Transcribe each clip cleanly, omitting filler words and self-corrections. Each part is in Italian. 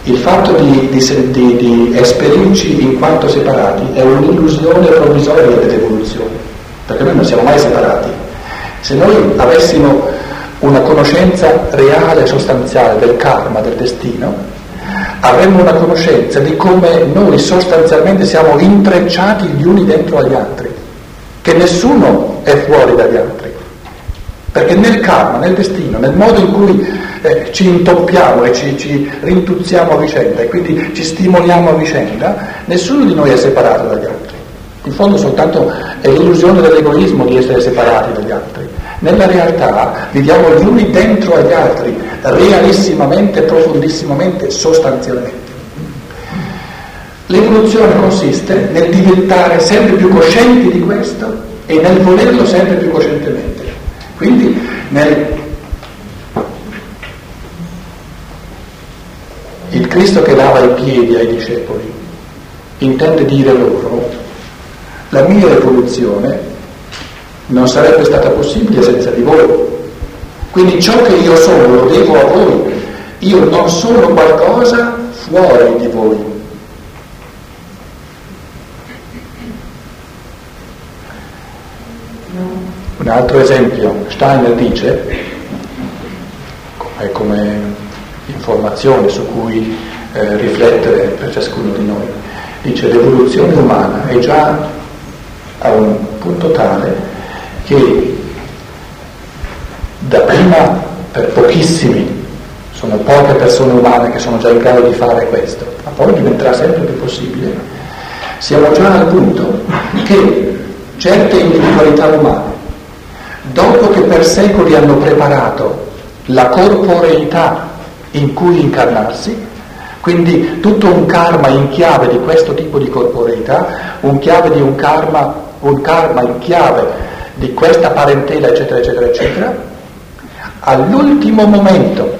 Il fatto di esperirci in quanto separati è un'illusione provvisoria dell'evoluzione, perché noi non siamo mai separati. Se noi avessimo una conoscenza reale e sostanziale del karma, del destino, avremmo una conoscenza di come noi sostanzialmente siamo intrecciati gli uni dentro agli altri, che nessuno è fuori dagli altri. Perché nel karma, nel destino, nel modo in cui ci intoppiamo e ci rintuzziamo a vicenda e quindi ci stimoliamo a vicenda, nessuno di noi è separato dagli altri. In fondo soltanto è l'illusione dell'egoismo di essere separati dagli altri. Nella realtà viviamo gli uni dentro agli altri, realissimamente, profondissimamente, sostanzialmente. L'evoluzione consiste nel diventare sempre più coscienti di questo e nel volerlo sempre più coscientemente. Quindi il Cristo che lava i piedi ai discepoli intende dire loro: la mia evoluzione non sarebbe stata possibile senza di voi, quindi ciò che io sono lo devo a voi, io non sono qualcosa fuori di voi. Un altro esempio, Steiner dice, come informazione su cui riflettere per ciascuno di noi, dice: l'evoluzione umana è già a un punto tale che dapprima per pochissimi, sono poche persone umane che sono già in grado di fare questo, ma poi diventerà sempre più possibile. Siamo già al punto che certe individualità umane, dopo che per secoli hanno preparato la corporeità in cui incarnarsi, quindi tutto un karma in chiave di questo tipo di corporeità, un karma in chiave di questa parentela, eccetera, eccetera, eccetera, all'ultimo momento,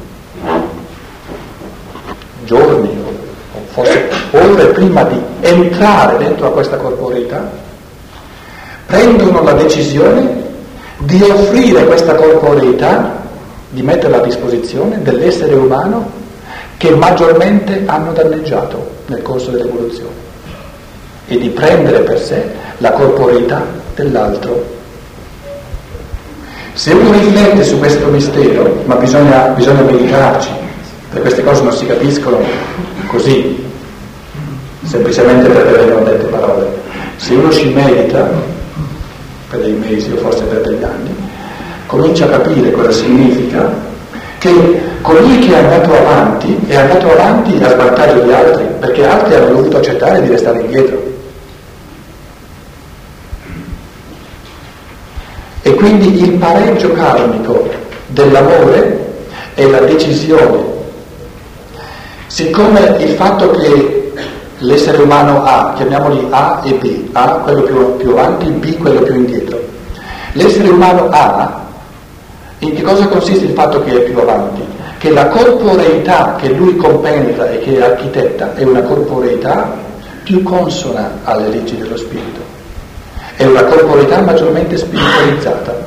giorni o forse ore prima di entrare dentro a questa corporeità, prendono la decisione di offrire questa corporeità, di metterla a disposizione dell'essere umano che maggiormente hanno danneggiato nel corso dell'evoluzione e di prendere per sé la corporeità dell'altro. Se uno riflette su questo mistero, ma bisogna meditarci, perché queste cose non si capiscono così, semplicemente perché vengono dette parole. Se uno ci medita, per dei mesi o forse per degli anni, comincia a capire cosa significa che colui che è andato avanti a svantaggio di altri, perché altri hanno dovuto accettare di restare indietro. E quindi il pareggio karmico dell'amore è la decisione. Siccome il fatto che l'essere umano A, chiamiamoli A e B, A quello più avanti, B quello più indietro. L'essere umano A, in che cosa consiste il fatto che è più avanti? Che la corporeità che lui compenetra e che architetta è una corporeità più consona alle leggi dello spirito, è una corporeità maggiormente spiritualizzata.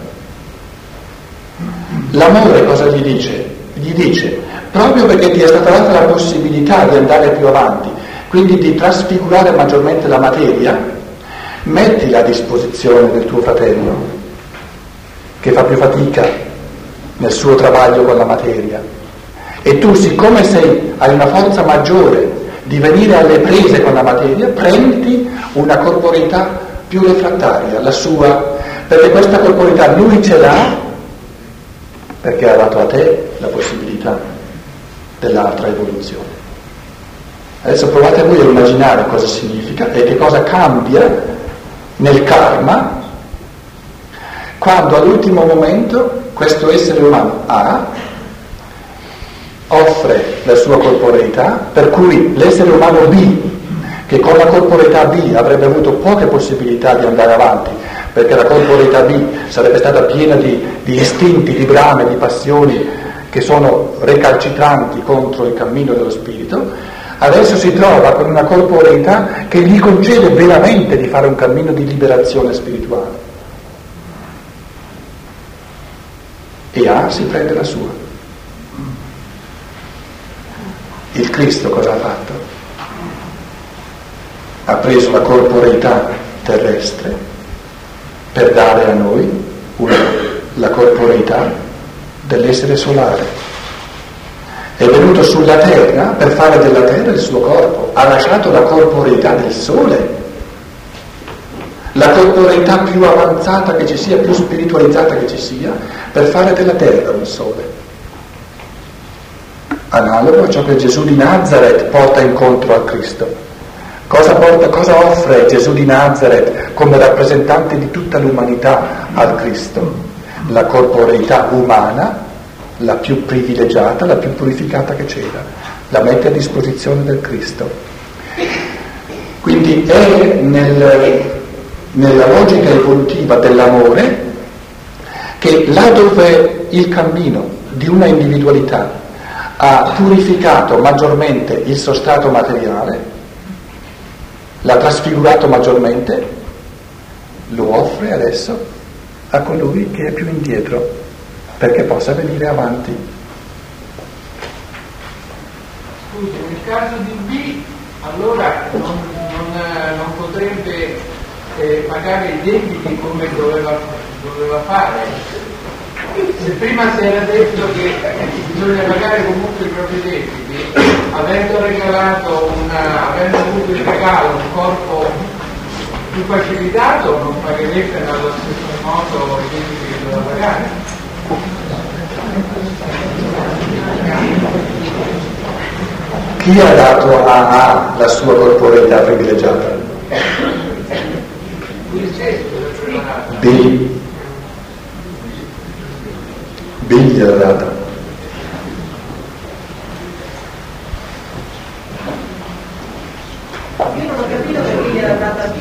L'amore cosa gli dice? Gli dice: proprio perché ti è stata data la possibilità di andare più avanti, quindi di trasfigurare maggiormente la materia, mettila a disposizione del tuo fratello che fa più fatica nel suo travaglio con la materia, e tu, siccome hai una forza maggiore di venire alle prese con la materia, prendi una corporeità più refrattaria, la sua, perché questa corporeità lui ce l'ha perché ha dato a te la possibilità dell'altra evoluzione. Adesso provate voi a immaginare cosa significa e che cosa cambia nel karma quando all'ultimo momento questo essere umano A offre la sua corporeità, per cui l'essere umano B, che con la corporeità B avrebbe avuto poche possibilità di andare avanti, perché la corporeità B sarebbe stata piena di istinti, di brame, di passioni che sono recalcitranti contro il cammino dello spirito, adesso si trova con una corporeità che gli concede veramente di fare un cammino di liberazione spirituale. E A si prende la sua. Il Cristo cosa ha fatto? Ha preso la corporeità terrestre per dare a noi la corporeità dell'essere solare. È venuto sulla terra per fare della terra il suo corpo, ha lasciato la corporeità del sole, la corporeità più avanzata che ci sia, più spiritualizzata che ci sia, per fare della terra un sole. Analogo a ciò che Gesù di Nazareth porta incontro al Cristo. Cosa offre Gesù di Nazareth come rappresentante di tutta l'umanità al Cristo? La corporeità umana, la più privilegiata, la più purificata che c'era, la mette a disposizione del Cristo. Quindi è nella logica evolutiva dell'amore che là dove il cammino di una individualità ha purificato maggiormente il sostrato materiale, l'ha trasfigurato maggiormente, lo offre adesso a colui che è più indietro, perché possa venire avanti. Scusi, nel caso di B, allora non potrebbe pagare i debiti come doveva fare. Se prima si era detto che bisogna pagare comunque i propri debiti, avendo avuto il regalo un corpo più facilitato, non pagherebbe nello stesso modo i debiti che doveva pagare. Chi ha dato a A la sua corporeità privilegiata? B gliel'ha data. Io non ho capito perché gliel'ha data B.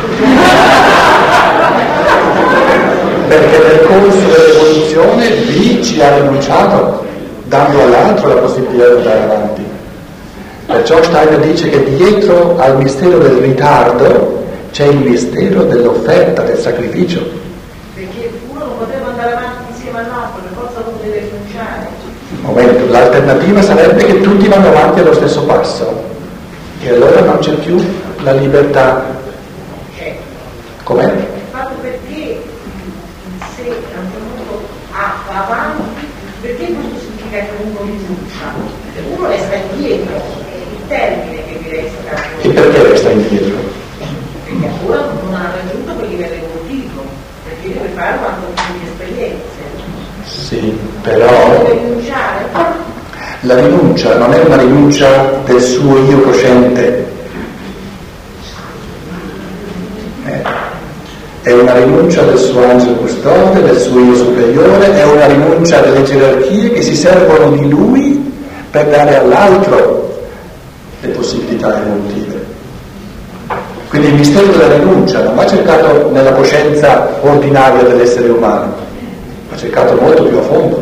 Perché nel corso dell'evoluzione B ci ha rinunciato, dando all'altro la possibilità di andare avanti. Perciò Steiner dice che dietro al mistero del ritardo c'è il mistero dell'offerta, del sacrificio. Perché uno non poteva andare avanti insieme all'altro, per forza non deve rinunciare. Momento, l'alternativa sarebbe che tutti vanno avanti allo stesso passo e allora non c'è più la libertà. Com'è? Fatto perché se a un certo punto va avanti, perché questo significa che uno rinuncia? Uno resta indietro, è il termine che vi resta. E perché resta indietro? Perché ancora non ha raggiunto quel livello evolutivo, perché deve fare un altro tipo di esperienze. Sì, però Deve rinunciare. la rinuncia non è una rinuncia del suo io cosciente, è una rinuncia del suo angelo custode, del suo io superiore, è una rinuncia delle gerarchie che si servono di lui per dare all'altro le possibilità evolutive. Quindi il mistero della rinuncia non va cercato nella coscienza ordinaria dell'essere umano, va cercato molto più a fondo.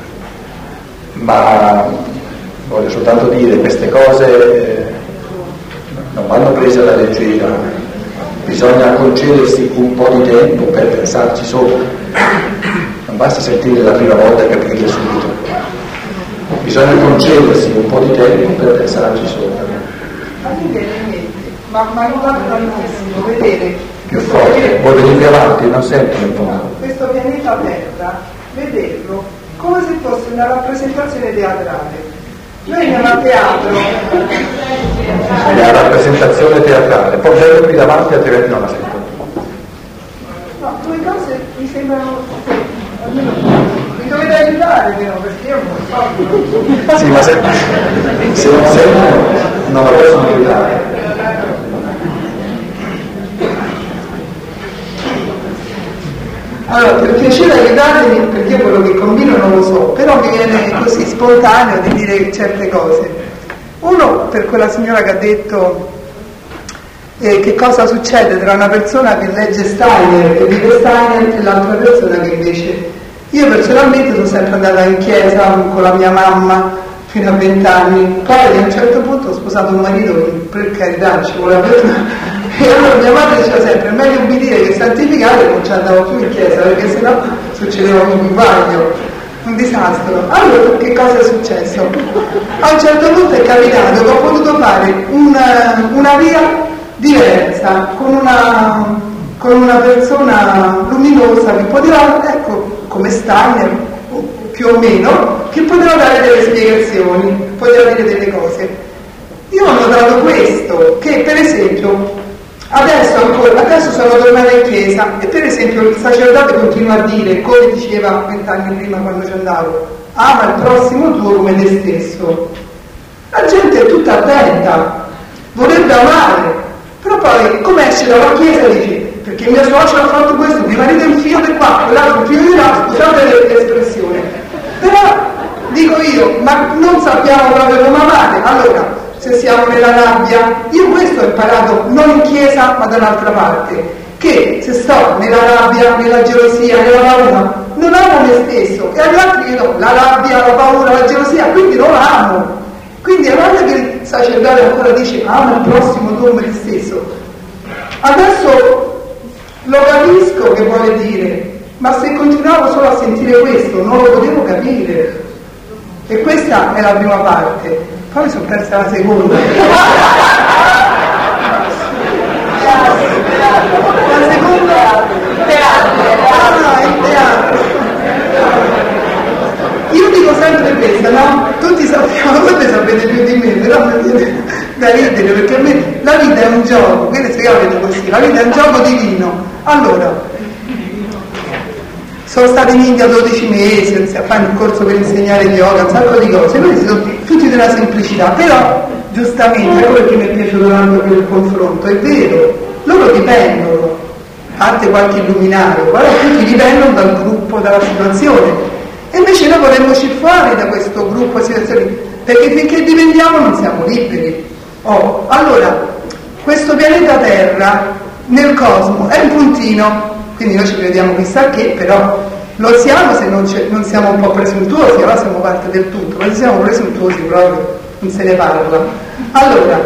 Ma voglio soltanto dire, queste cose non vanno prese alla leggera. Bisogna concedersi un po' di tempo per pensarci sopra, non basta sentire la prima volta e capirle subito, bisogna concedersi un po' di tempo per pensarci sopra. Ma non va tantissimo vedere Più forte, vuoi venire più avanti? Non sento un po'. questo pianeta Terra, vederlo come se fosse una rappresentazione teatrale. Noi andiamo a teatro. La rappresentazione teatrale, poi vengo qui davanti altrimenti non la sento. No, due cose mi sembrano, almeno mi dovete aiutare però, perché io non so. Sì, ma se non sento non la posso aiutare. Allora, per piacere aiutatemi, perché io quello che combino non lo so, però mi viene così spontaneo di dire certe cose. Uno, per quella signora che ha detto che cosa succede tra una persona che legge Steiner, che vive Steiner, e l'altra persona che invece... Io personalmente sono sempre andata in chiesa con la mia mamma fino a 20 anni, poi a un certo punto ho sposato un marito che per carità ci voleva per... E allora mia madre diceva sempre: è meglio ubbidire che santificare, non ci andavo più in chiesa perché sennò succedeva un guaglio. un disastro. Allora che cosa è successo? A un certo punto è capitato che ho potuto fare una via diversa con una persona luminosa che poteva, ecco, come Steiner più o meno, che poteva dare delle spiegazioni, poteva dire delle cose. Io ho notato questo, che per esempio adesso sono tornata in chiesa e per esempio il sacerdote continua a dire, come diceva 20 anni prima quando ci andavo, ama il prossimo tuo come te stesso. La gente è tutta attenta, vorrebbe amare, però poi come esce dalla chiesa dice, perché mio suocero ha fatto questo, mio marito è un figlio di qua, quell'altro è un figlio di là, scusate l'espressione, però dico io, ma non sappiamo proprio come amare. Allora, se siamo nella rabbia, io questo ho imparato non in chiesa ma dall'altra parte, che se sto nella rabbia, nella gelosia, nella paura, non amo me stesso e agli altri io do la rabbia, la paura, la gelosia, quindi non amo. Quindi è vero che il sacerdote ancora dice ama il prossimo come te stesso. Adesso lo capisco che vuole dire, ma se continuavo solo a sentire questo non lo potevo capire. E questa è la prima parte. Poi mi sono persa la seconda. La seconda il teatro. Io dico sempre questa, no? Tutti sappiamo, voi sapete più di me, però mi viene da ridere, perché a me la vita è un gioco, quindi se io la vedo così, la vita è un gioco divino. Allora, sono stata in India 12 mesi a fare un corso per insegnare yoga, un sacco di cose, questi sono tutti della semplicità, però giustamente, ecco perché mi è piaciuto tanto per il confronto, è vero, loro dipendono, a parte qualche illuminario, però tutti dipendono dal gruppo, dalla situazione, e invece noi vorremmo uscire fuori da questo gruppo di situazioni, perché finché dipendiamo non siamo liberi. Allora, questo pianeta Terra nel cosmo è un puntino, quindi noi ci crediamo chissà che, però lo siamo se non siamo un po' presuntuosi, allora siamo parte del tutto, ma se siamo presuntuosi proprio non se ne parla. Allora,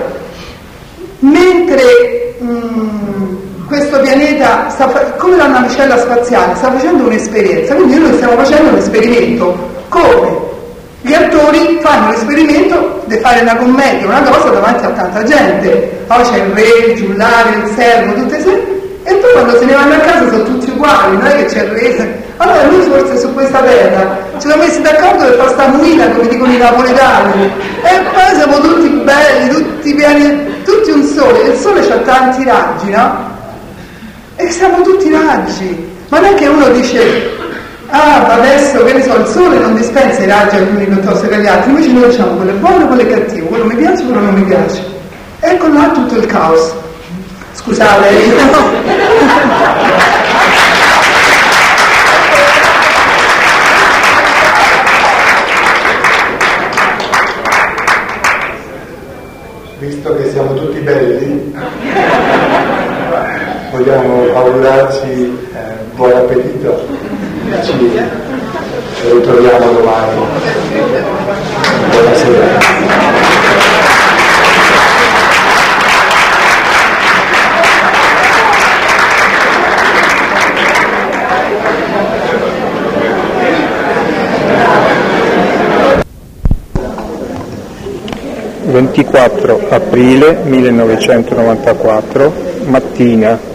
mentre questo pianeta come la navicella spaziale sta facendo un'esperienza, quindi noi stiamo facendo un esperimento, come gli attori fanno l'esperimento di fare una commedia, una cosa davanti a tanta gente, c'è il re, il giullare, il servo, tutte e poi quando se ne vanno a casa sono tutti uguali, non è che c'è il re. Allora noi forse su questa terra ci siamo messi d'accordo per fare sta muina, come dicono i napoletani, e poi siamo tutti belli, tutti pieni, tutti un sole, il sole ha tanti raggi, no? E siamo tutti raggi, ma non è che uno dice adesso che ne so, il sole non dispensa i raggi alcuni piuttosto che agli altri, invece noi diciamo quello è buono e quello è cattivo, quello mi piace e quello non mi piace, ecco là tutto il caos. Scusate, visto che siamo tutti belli, vogliamo augurarci buon appetito, ci ritroviamo domani. Buonasera. Il 24 aprile 1994, mattina.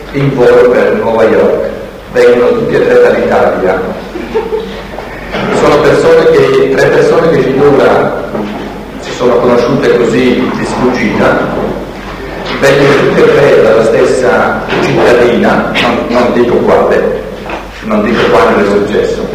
in volo per Nuova York, vengono tutti e tre dall'Italia. Sono sono tre persone che finora si sono conosciute così di sfuggita, vengono tutte e tre dalla stessa cittadina, non dico quale, non dico quando è successo.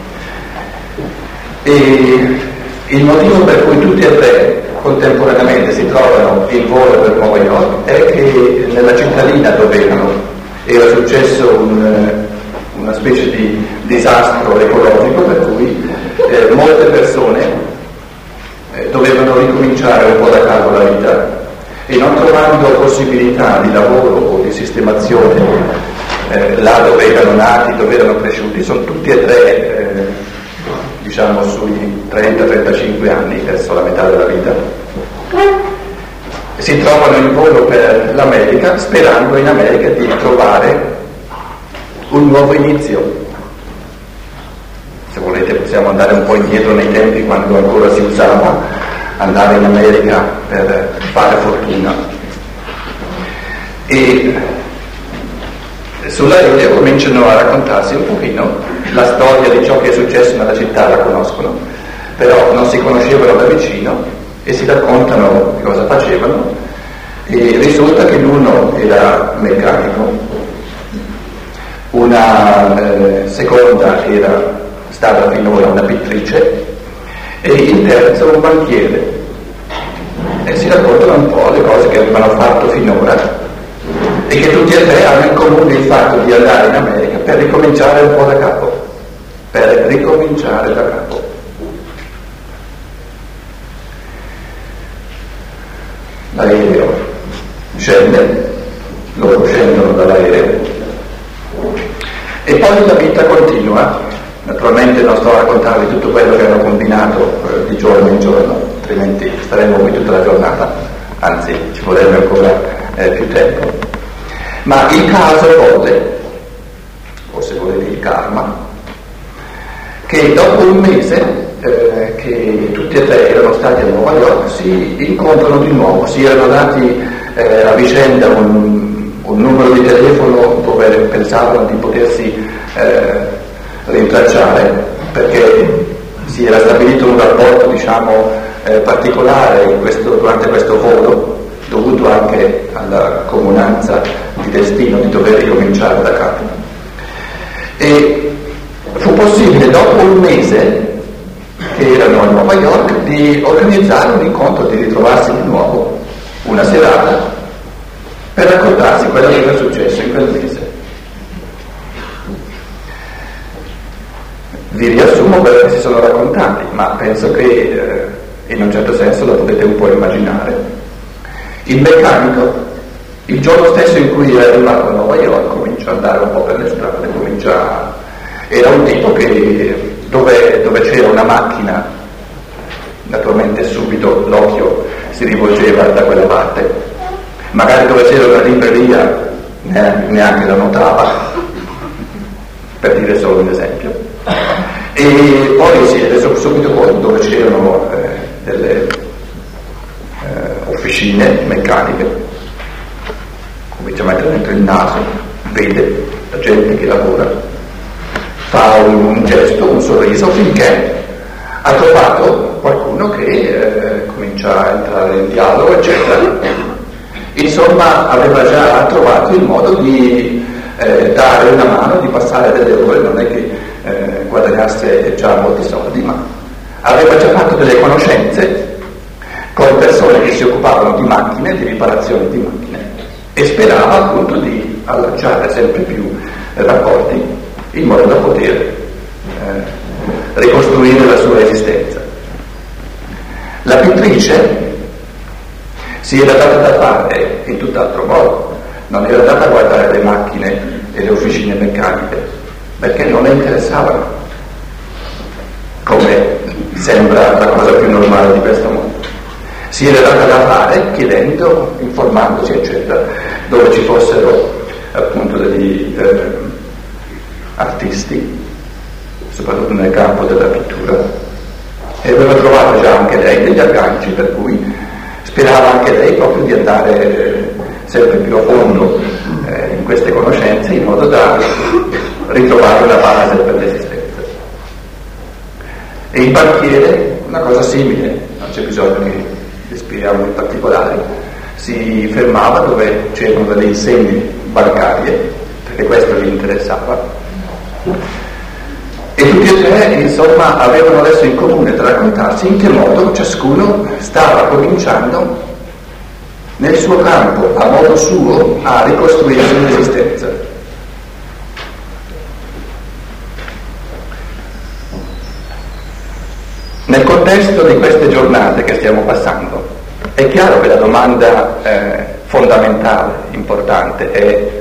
E il motivo per cui tutti e tre contemporaneamente si trovano in volo per Nuova York è che nella cittadina dove era successo una specie di disastro ecologico per cui molte persone dovevano ricominciare un po' da capo la vita e non trovando possibilità di lavoro o di sistemazione là dove erano nati, dove erano cresciuti, sono tutti e tre diciamo sui 30-35 anni, verso la metà della vita, si trovano in volo per l'America sperando in America di trovare un nuovo inizio. Se volete possiamo andare un po' indietro nei tempi quando ancora si usava andare in America per fare fortuna. E sull'aereo cominciano a raccontarsi un pochino la storia di ciò che è successo nella città, la conoscono, però non si conoscevano da vicino e si raccontano di cosa facevano e risulta che l'uno era meccanico, una seconda era stata finora una pittrice e il terzo un banchiere, e si raccontano un po' le cose che avevano fatto finora e che tutti e tre hanno in comune il fatto di andare in America per ricominciare un po' da capo, L'aereo scende, loro scendono dall'aereo e poi la vita continua. Naturalmente non sto a raccontarvi tutto quello che hanno combinato di giorno in giorno, altrimenti staremo qui tutta la giornata, anzi ci vorrebbe ancora più tempo. Ma il caso volle, o se volete il karma, che dopo un mese che tutti e tre erano stati a Nuova York si incontrano di nuovo, si erano dati a vicenda un numero di telefono dove pensavano di potersi rintracciare, perché si era stabilito un rapporto diciamo particolare durante questo volo, dovuto anche alla comunanza di destino di dover ricominciare da capo. E fu possibile dopo un mese che erano a Nuova York di organizzare un incontro, di ritrovarsi di nuovo una serata per raccontarsi quello che era successo in quel mese. Vi riassumo quello che si sono raccontati, ma penso che in un certo senso lo potete un po' immaginare. Il meccanico, il giorno stesso in cui è arrivato a Nuova York, comincia ad andare un po' per le strade, era un tipo che dove c'era una macchina, naturalmente subito l'occhio si rivolgeva da quella parte, magari dove c'era una libreria neanche la notava, per dire solo un esempio. E poi si è reso subito conto dove c'erano delle officine meccaniche, comincia a mettere dentro il naso, vede la gente che lavora, fa un gesto, un sorriso, finché ha trovato qualcuno che comincia a entrare in dialogo, eccetera. Insomma, aveva già trovato il modo di dare una mano, di passare delle ore, non è che guadagnasse già molti soldi, ma aveva già fatto delle conoscenze con persone che si occupavano di macchine, di riparazione di macchine, e sperava appunto di allacciare sempre più rapporti in modo da poter ricostruire la sua esistenza. La pittrice si era data da fare in tutt'altro modo, non era data a guardare le macchine e le officine meccaniche, perché non le interessavano, come sembra la cosa più normale di questo mondo. Si era data da fare chiedendo, informandosi, eccetera, dove ci fossero appunto degli artisti, soprattutto nel campo della pittura, e aveva trovato già anche lei degli agganci, per cui sperava anche lei proprio di andare sempre più a fondo in queste conoscenze, in modo da ritrovare una base per l'esistenza. E il banchiere, una cosa simile, non c'è bisogno che spieghiamo in particolari, si fermava dove c'erano delle insegne bancarie, perché questo gli interessava, e tutti e tre, insomma, avevano adesso in comune da raccontarsi in che modo ciascuno stava cominciando nel suo campo, a modo suo, a ricostruire un'esistenza. Nel contesto di queste giornate che stiamo passando, è chiaro che la domanda fondamentale, importante,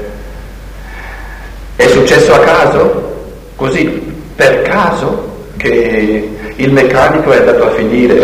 è successo a caso? Così, per caso, che il meccanico è andato a finire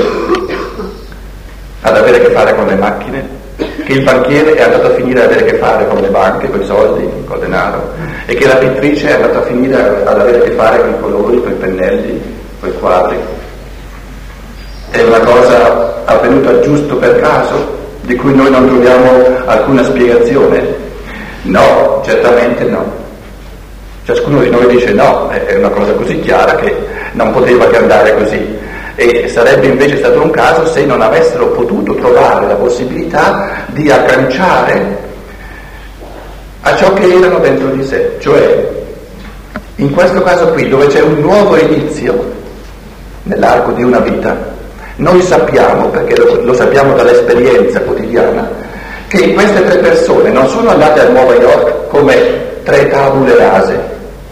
ad avere a che fare con le macchine, che il banchiere è andato a finire ad avere a che fare con le banche, con i soldi, col denaro, e che la pittrice è andata a finire ad avere a che fare con i colori, con i pennelli, con i quadri. È una cosa avvenuta giusto per caso, di cui noi non troviamo alcuna spiegazione? No, certamente no. Ciascuno di noi dice no, è una cosa così chiara che non poteva che andare così. E sarebbe invece stato un caso se non avessero potuto trovare la possibilità di agganciare a ciò che erano dentro di sé. Cioè, in questo caso qui, dove c'è un nuovo inizio nell'arco di una vita, noi sappiamo, perché lo sappiamo dall'esperienza quotidiana, che queste tre persone non sono andate a Nuova York come tre tabule rase,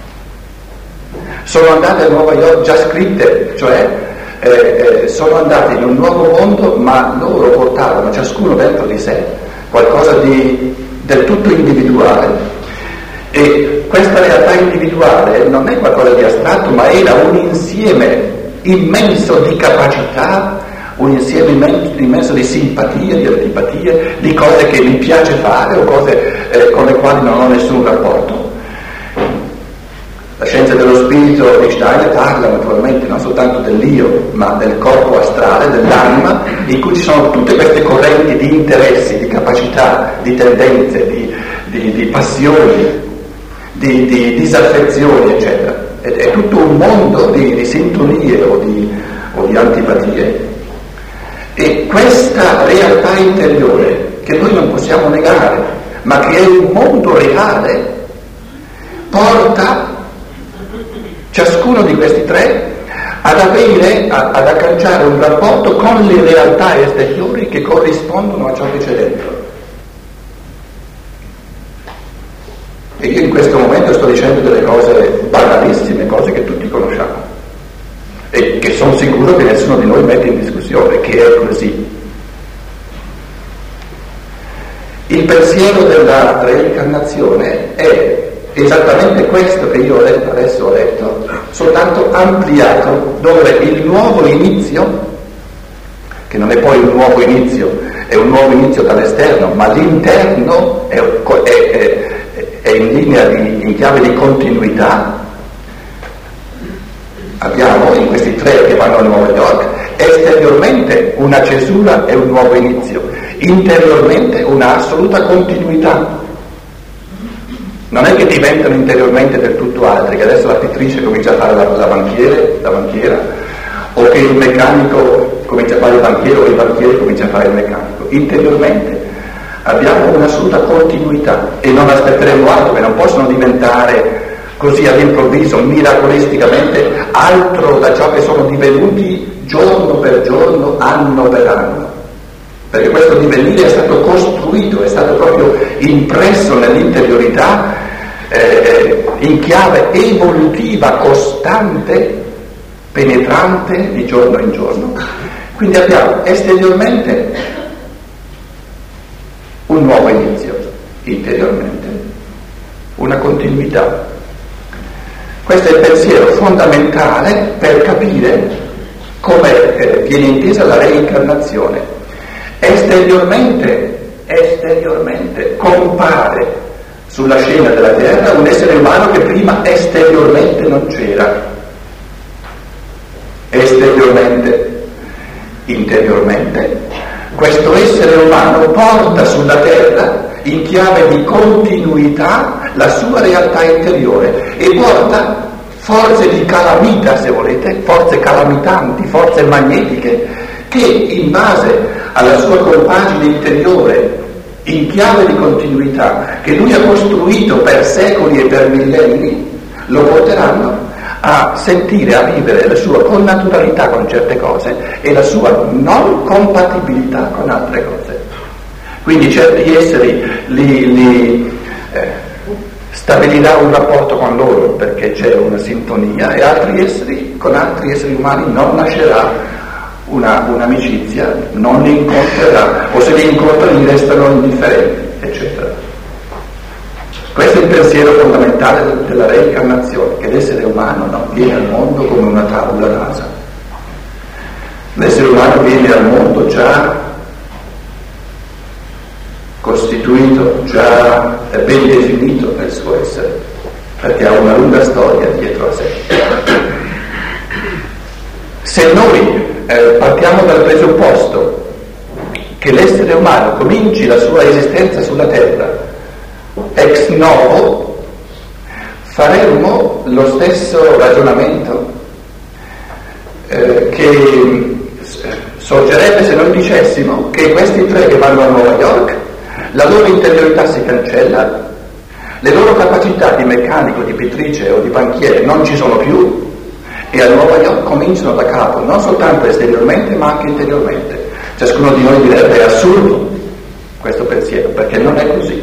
sono andate a Nuova York già scritte, cioè sono andate in un nuovo mondo, ma loro portavano ciascuno dentro di sé qualcosa di del tutto individuale, e questa realtà individuale non è qualcosa di astratto, ma era un insieme immenso di capacità, un insieme immenso di simpatie, di antipatie, di cose che mi piace fare o cose con le quali non ho nessun rapporto. La scienza dello spirito di Steiner parla naturalmente non soltanto dell'io, ma del corpo astrale, dell'anima, in cui ci sono tutte queste correnti di interessi, di capacità, di tendenze, di passioni, di disaffezioni, eccetera. È tutto un mondo di sintonie o di antipatie. E questa realtà interiore, che noi non possiamo negare, ma che è un mondo reale, porta ciascuno di questi tre ad agganciare un rapporto con le realtà esteriori che corrispondono a ciò che c'è dentro. E io in questo momento sto dicendo delle cose banalissime, cose che tutti conosciamo e che sono sicuro che nessuno di noi mette in discussione, che è così. Il pensiero della reincarnazione è esattamente questo che io adesso ho detto, soltanto ampliato, dove il nuovo inizio, che non è poi un nuovo inizio, è un nuovo inizio dall'esterno, ma l'interno è in linea in chiave di continuità. Abbiamo in questi tre che vanno a Nuova York esteriormente una cesura e un nuovo inizio, interiormente una assoluta continuità. Non è che diventano interiormente del tutto altri, che adesso la pittrice comincia a fare la banchiera, o che il meccanico comincia a fare il banchiere o il banchiere comincia a fare il meccanico. Interiormente abbiamo un'assoluta continuità e non aspetteremo altro, che non possono diventare così all'improvviso, miracolisticamente, altro da ciò che sono divenuti giorno per giorno, anno per anno. Perché questo divenire è stato costruito, è stato proprio impresso nell'interiorità in chiave evolutiva, costante, penetrante di giorno in giorno. Quindi abbiamo esteriormente un nuovo inizio, interiormente una continuità. Questo è il pensiero fondamentale per capire come viene intesa la reincarnazione. Esteriormente compare sulla scena della terra un essere umano che prima esteriormente non c'era. Esteriormente, interiormente, questo essere umano porta sulla terra in chiave di continuità la sua realtà interiore e porta forze di calamita, se volete, forze calamitanti, forze magnetiche, che in base alla sua compagine interiore, in chiave di continuità, che lui ha costruito per secoli e per millenni, lo porteranno a sentire, a vivere la sua connaturalità con certe cose e la sua non compatibilità con altre cose. Quindi certi esseri stabilirà un rapporto con loro perché c'è una sintonia, e altri esseri, con altri esseri umani non nascerà un'amicizia, non li incontrerà, o se li incontra gli restano indifferenti, eccetera. Questo è il pensiero fondamentale della reincarnazione, che l'essere umano viene al mondo come una tabula rasa. L'essere umano viene al mondo già costituito, già ben definito nel suo essere, perché ha una lunga storia dietro a sé. Se noi partiamo dal presupposto che l'essere umano cominci la sua esistenza sulla Terra ex novo, faremmo lo stesso ragionamento che sorgerebbe se noi dicessimo che questi tre che vanno a Nuova York, la loro interiorità si cancella, le loro capacità di meccanico, di pittrice o di banchiere non ci sono più, e a Nuova York cominciano da capo, non soltanto esteriormente ma anche interiormente. Ciascuno di noi direbbe: è assurdo questo pensiero, perché non è così.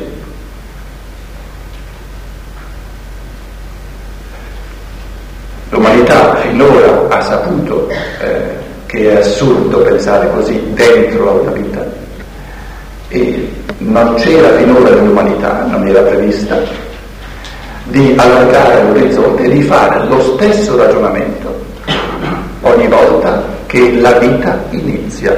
L'umanità finora ha saputo che è assurdo pensare così dentro a una vita, e non c'era finora nell'umanità, non era prevista, di allargare l'orizzonte e di fare lo stesso ragionamento ogni volta che la vita inizia.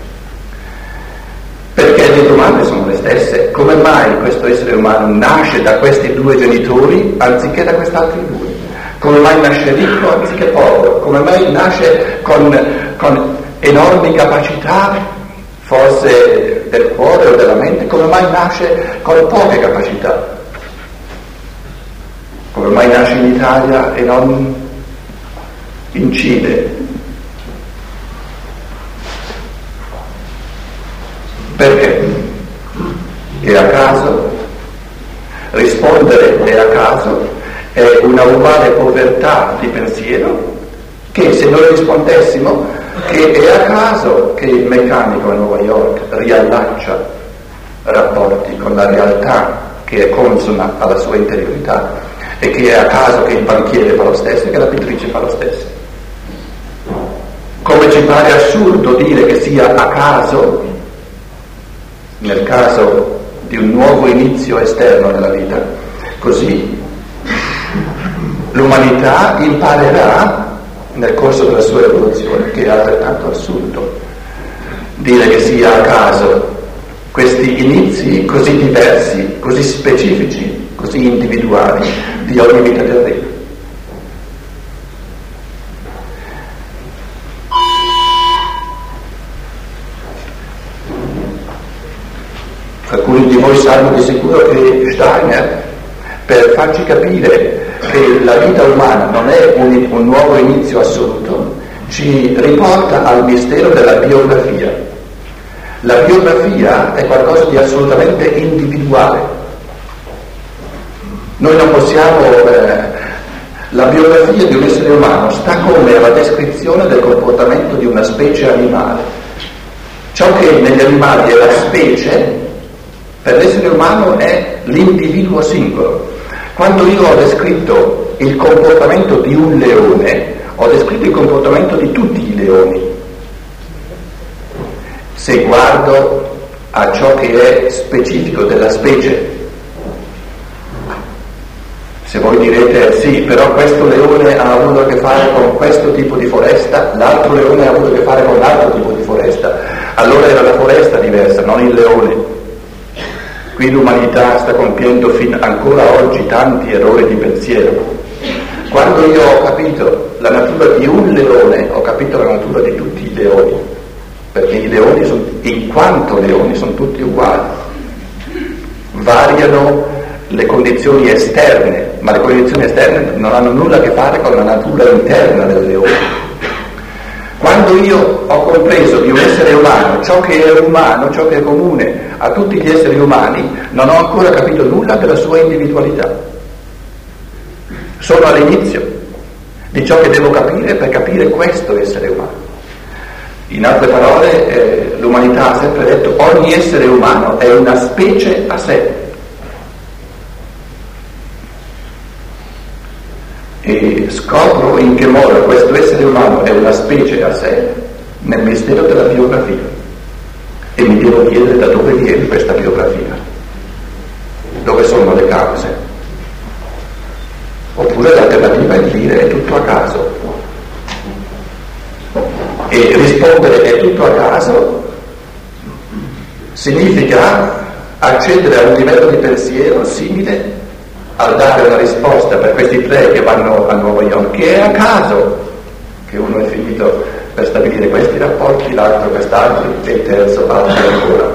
Perché le domande sono le stesse: come mai questo essere umano nasce da questi due genitori anziché da quest'altri due? Come mai nasce ricco anziché povero? Come mai nasce con enormi capacità, forse del cuore o della mente? Come mai nasce con poche capacità? Come mai nasce in Italia e non in Cile? Perché? È a caso? Rispondere è a caso è una uguale povertà di pensiero che se noi rispondessimo che è a caso che il meccanico a Nuova York riallaccia rapporti con la realtà che è consona alla sua interiorità, e che è a caso che il banchiere fa lo stesso e che la pittrice fa lo stesso. Come ci pare assurdo dire che sia a caso nel caso di un nuovo inizio esterno nella vita, così l'umanità imparerà nel corso della sua evoluzione che è altrettanto assurdo dire che sia a caso questi inizi così diversi, così specifici, così individuali di ogni vita terrena. Alcuni di voi sanno di sicuro che Steiner, per farci capire che la vita umana non è un nuovo inizio assoluto, ci riporta al mistero della biografia. La biografia è qualcosa di assolutamente individuale. Noi non possiamo... la biografia di un essere umano sta come alla descrizione del comportamento di una specie animale. Ciò che negli animali è la specie, per l'essere umano è l'individuo singolo. Quando io ho descritto il comportamento di un leone, ho descritto il comportamento di tutti i leoni. Se guardo a ciò che è specifico della specie, se voi direte sì, però questo leone ha avuto a che fare con questo tipo di foresta, l'altro leone ha avuto a che fare con l'altro tipo di foresta, allora era la foresta diversa, non il leone. Qui l'umanità sta compiendo ancora oggi tanti errori di pensiero. Quando io ho capito la natura di un leone, ho capito la natura di tutti i leoni, perché i leoni in quanto leoni sono tutti uguali, variano le condizioni esterne, ma le condizioni esterne non hanno nulla a che fare con la natura interna del leone. Quando io ho compreso di un essere umano ciò che è umano, ciò che è comune a tutti gli esseri umani, non ho ancora capito nulla della sua individualità. Sono all'inizio di ciò che devo capire per capire questo essere umano. In altre parole, l'umanità ha sempre detto ogni essere umano è una specie a sé. E scopro in che modo questo essere umano è una specie a sé nel mistero della biografia, e mi devo chiedere da dove viene questa biografia, dove sono le cause, oppure l'alternativa è di dire è tutto a caso, e rispondere è tutto a caso significa accedere a un livello di pensiero simile al dare una risposta per questi tre che vanno a Nuova York, che è a caso che uno è finito per stabilire questi rapporti, l'altro quest'altro e il terzo altro ancora.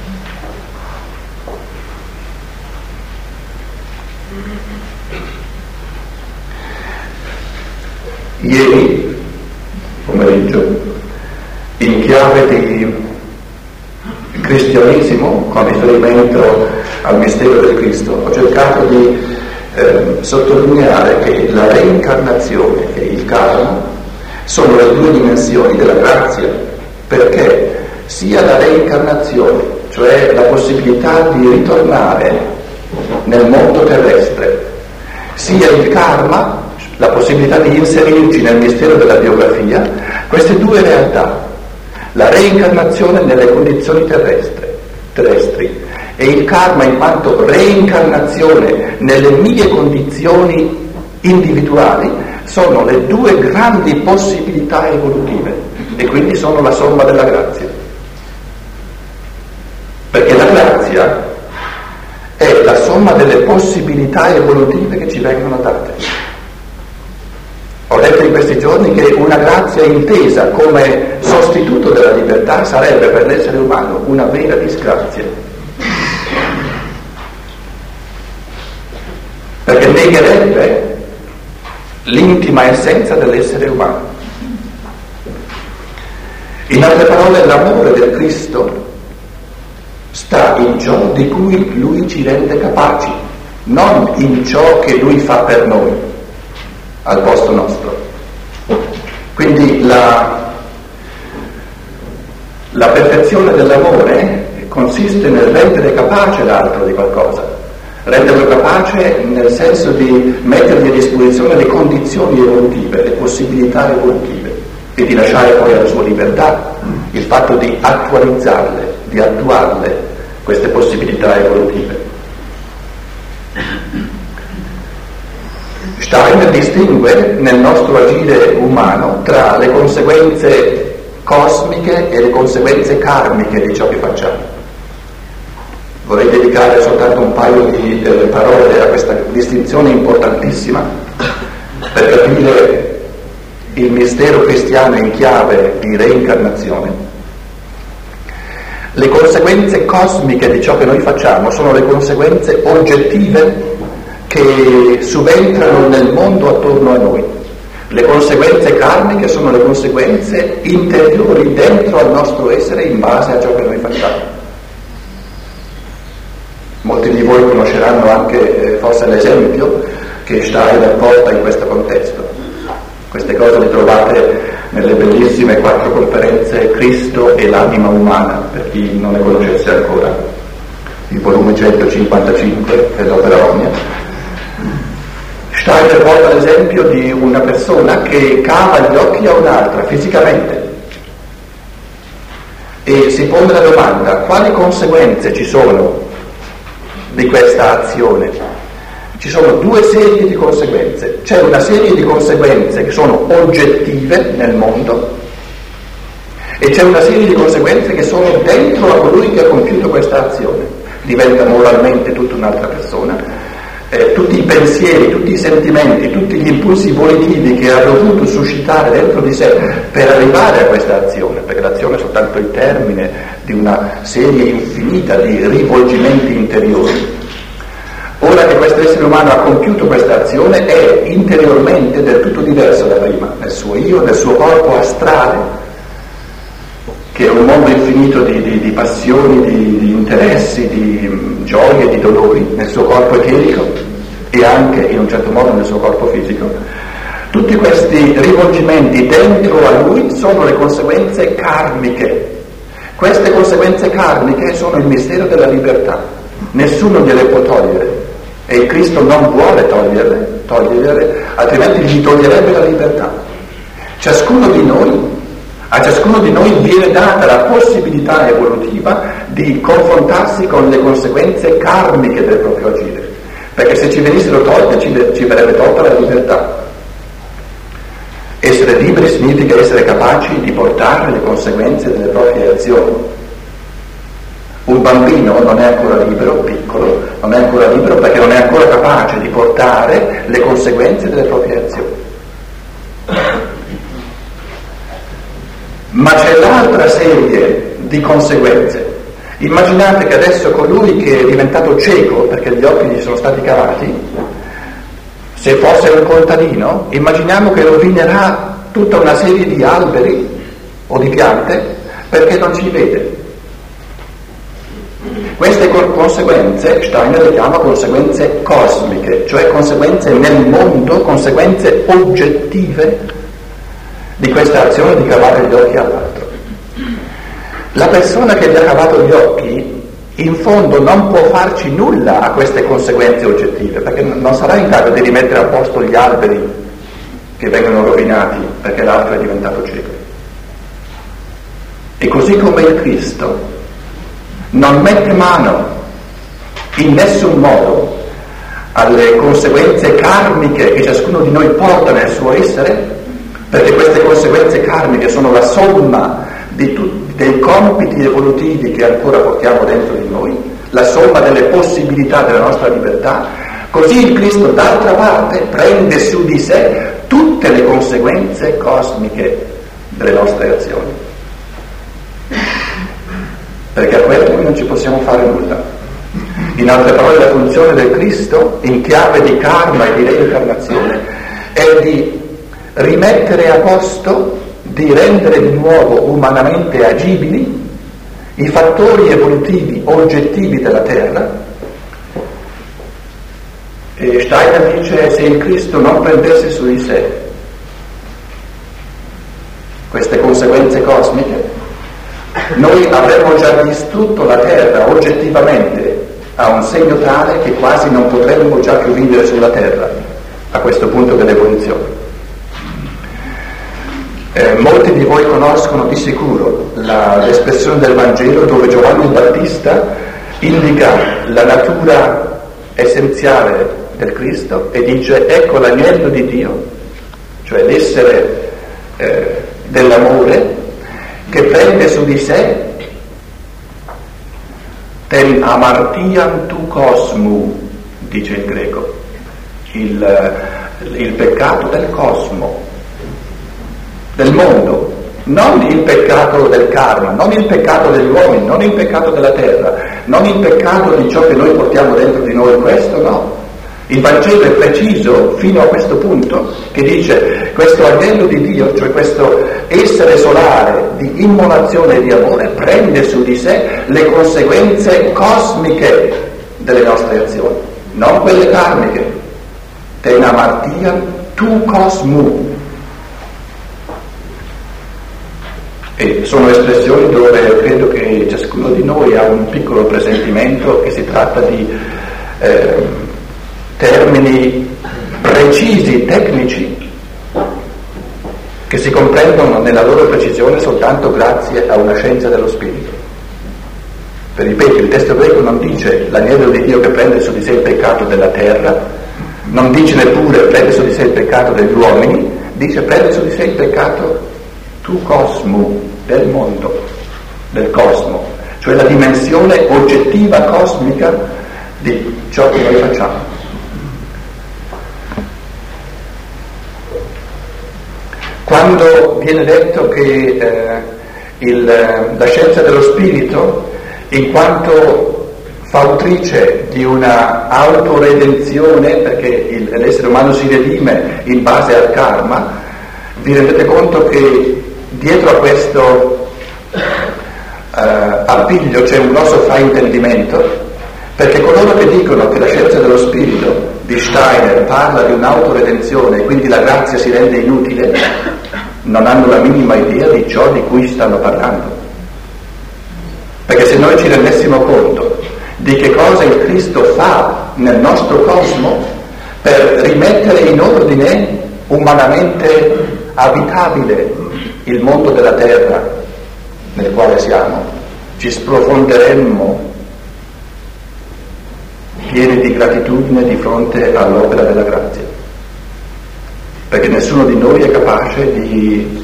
Ieri pomeriggio, in chiave di cristianesimo con riferimento al mistero del Cristo, ho cercato di sottolineare che la reincarnazione e il karma sono le due dimensioni della grazia, perché sia la reincarnazione, cioè la possibilità di ritornare nel mondo terrestre, sia il karma, la possibilità di inserirci nel mistero della biografia, queste due realtà, la reincarnazione nelle condizioni terrestri e il karma in quanto reincarnazione nelle mie condizioni individuali, sono le due grandi possibilità evolutive e quindi sono la somma della grazia. Perché la grazia è la somma delle possibilità evolutive che ci vengono date. Ho detto in questi giorni che una grazia intesa come sostituto della libertà sarebbe per l'essere umano una vera disgrazia. Perché negherebbe l'intima essenza dell'essere umano. In altre parole, l'amore del Cristo sta in ciò di cui Lui ci rende capaci, non in ciò che Lui fa per noi, al posto nostro. Quindi la perfezione dell'amore consiste nel rendere capace l'altro di qualcosa. Renderlo capace nel senso di mettergli a disposizione le condizioni evolutive, le possibilità evolutive, e di lasciare poi alla sua libertà il fatto di attualizzarle, di attuarle, queste possibilità evolutive. Steiner distingue nel nostro agire umano tra le conseguenze cosmiche e le conseguenze karmiche di ciò che facciamo. Vorrei dedicare soltanto un paio di parole a questa distinzione importantissima per capire il mistero cristiano in chiave di reincarnazione. Le conseguenze cosmiche di ciò che noi facciamo sono le conseguenze oggettive che subentrano nel mondo attorno a noi. Le conseguenze karmiche sono le conseguenze interiori dentro al nostro essere in base a ciò che noi facciamo. Molti di voi conosceranno anche forse l'esempio che Steiner porta in questo contesto. Queste cose le trovate nelle bellissime 4 conferenze Cristo e l'anima umana, per chi non le conoscesse ancora, il volume 155 dell'Opera Omnia. Steiner porta l'esempio di una persona che cava gli occhi a un'altra fisicamente e si pone la domanda: quali conseguenze ci sono di questa azione? Ci sono 2 serie di conseguenze. C'è una serie di conseguenze che sono oggettive nel mondo e c'è una serie di conseguenze che sono dentro a colui che ha compiuto questa azione. Diventa moralmente tutta un'altra persona. Tutti i pensieri, tutti i sentimenti, tutti gli impulsi volitivi che ha dovuto suscitare dentro di sé per arrivare a questa azione, perché l'azione è soltanto il termine di una serie infinita di rivolgimenti interiori. Ora che questo essere umano ha compiuto questa azione, è interiormente del tutto diverso da prima, nel suo io, nel suo corpo astrale, che è un mondo infinito di passioni, di interessi, di gioie, di dolori, nel suo corpo eterico e anche in un certo modo nel suo corpo fisico. Tutti questi rivolgimenti dentro a lui sono le conseguenze karmiche. Queste conseguenze karmiche sono il mistero della libertà. Nessuno gliele può togliere e il Cristo non vuole toglierle, altrimenti gli toglierebbe la libertà. A ciascuno di noi viene data la possibilità evolutiva di confrontarsi con le conseguenze karmiche del proprio agire, perché se ci venissero tolte ci verrebbe tolta la libertà. Essere liberi significa essere capaci di portare le conseguenze delle proprie azioni. Un bambino non è ancora libero, piccolo, non è ancora libero perché non è ancora capace di portare le conseguenze delle proprie azioni. Ma c'è l'altra serie di conseguenze. Immaginate che adesso colui che è diventato cieco perché gli occhi gli sono stati cavati, se fosse un contadino, immaginiamo che rovinerà tutta una serie di alberi o di piante perché non ci vede. Queste conseguenze Steiner le chiama conseguenze cosmiche, cioè conseguenze nel mondo, conseguenze oggettive di questa azione di cavare gli occhi all'altro. La persona che gli ha cavato gli occhi in fondo non può farci nulla a queste conseguenze oggettive, perché non sarà in grado di rimettere a posto gli alberi che vengono rovinati perché l'altro è diventato cieco. E così come il Cristo non mette mano in nessun modo alle conseguenze karmiche che ciascuno di noi porta nel suo essere, perché queste conseguenze karmiche sono la somma dei compiti evolutivi che ancora portiamo dentro di noi, la somma delle possibilità della nostra libertà, così il Cristo d'altra parte prende su di sé tutte le conseguenze cosmiche delle nostre azioni, perché a quello noi non ci possiamo fare nulla. In altre parole, la funzione del Cristo in chiave di karma e di reincarnazione è di rimettere a posto, di rendere di nuovo umanamente agibili i fattori evolutivi oggettivi della Terra. E Steiner dice: se il Cristo non prendesse su di sé queste conseguenze cosmiche, noi avremmo già distrutto la Terra oggettivamente a un segno tale che quasi non potremmo già più vivere sulla Terra a questo punto dell'evoluzione. Molti di voi conoscono di sicuro l'espressione del Vangelo dove Giovanni il Battista indica la natura essenziale del Cristo e dice: ecco l'agnello di Dio, cioè l'essere dell'amore, che prende su di sé ten amartian tu cosmu, dice il greco, il peccato del cosmo, del mondo, non il peccato del karma, non il peccato degli uomini, non il peccato della terra, non il peccato di ciò che noi portiamo dentro di noi, questo no. Il Vangelo è preciso fino a questo punto, che dice: questo agnello di Dio, cioè questo essere solare di immolazione e di amore, prende su di sé le conseguenze cosmiche delle nostre azioni, non quelle karmiche. Ten amartiam tu cosmu. E sono espressioni dove credo che ciascuno di noi ha un piccolo presentimento che si tratta di termini precisi, tecnici, che si comprendono nella loro precisione soltanto grazie a una scienza dello spirito. Ripeto, il testo greco non dice l'agnello di Dio che prende su di sé il peccato della terra, non dice neppure prende su di sé il peccato degli uomini, dice prende su di sé il peccato tu cosmu, del mondo, del cosmo, cioè la dimensione oggettiva cosmica di ciò che noi facciamo. Quando viene detto che la scienza dello spirito, in quanto fautrice di una autoredenzione, perché l'essere umano si redime in base al karma, vi rendete conto che dietro a questo appiglio c'è un grosso fraintendimento, perché coloro che dicono che la scienza dello spirito di Steiner parla di un'autoredenzione e quindi la grazia si rende inutile, non hanno la minima idea di ciò di cui stanno parlando. Perché se noi ci rendessimo conto di che cosa il Cristo fa nel nostro cosmo per rimettere in ordine umanamente abitabile il mondo della terra nel quale siamo, ci sprofonderemmo pieni di gratitudine di fronte all'opera della grazia, perché nessuno di noi è capace di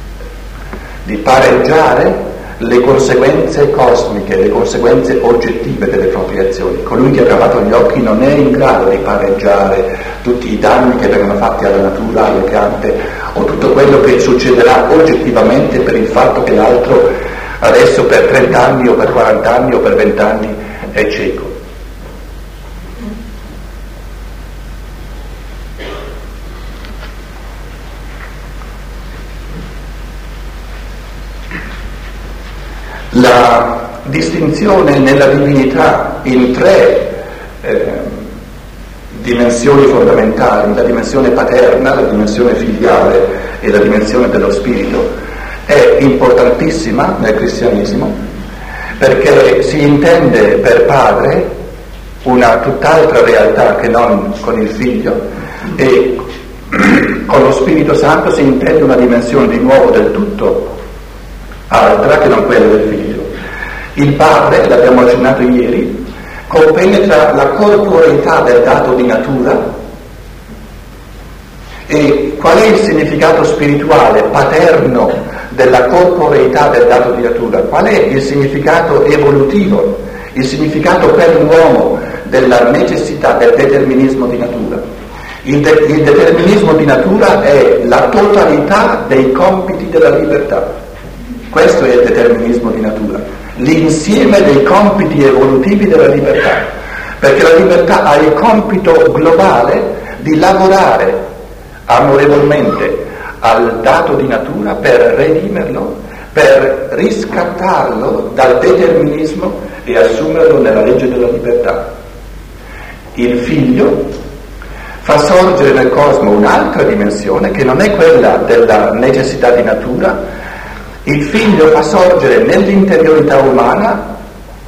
pareggiare le conseguenze cosmiche, le conseguenze oggettive delle proprie azioni. Colui che ha cavato gli occhi non è in grado di pareggiare tutti i danni che vengono fatti alla natura, alle piante, o tutto quello che succederà oggettivamente per il fatto che l'altro adesso per 30 anni o per 40 anni o per 20 anni è cieco. La distinzione nella divinità in tre dimensioni fondamentali, la dimensione paterna, la dimensione filiale e la dimensione dello spirito, è importantissima nel cristianesimo, perché si intende per padre una tutt'altra realtà che non con il figlio, e con lo Spirito Santo si intende una dimensione di nuovo del tutto altra che non quella del figlio. Il padre, l'abbiamo accennato ieri, compenetra la corporeità del dato di natura. E qual è il significato spirituale paterno della corporeità del dato di natura? Qual è il significato evolutivo, il significato per l'uomo della necessità del determinismo di natura? Il determinismo di natura è la totalità dei compiti della libertà. Questo è il determinismo di natura, l'insieme dei compiti evolutivi della libertà, perché la libertà ha il compito globale di lavorare amorevolmente al dato di natura per redimerlo, per riscattarlo dal determinismo e assumerlo nella legge della libertà. Il figlio fa sorgere nel cosmo un'altra dimensione che non è quella della necessità di natura. Il figlio fa sorgere nell'interiorità umana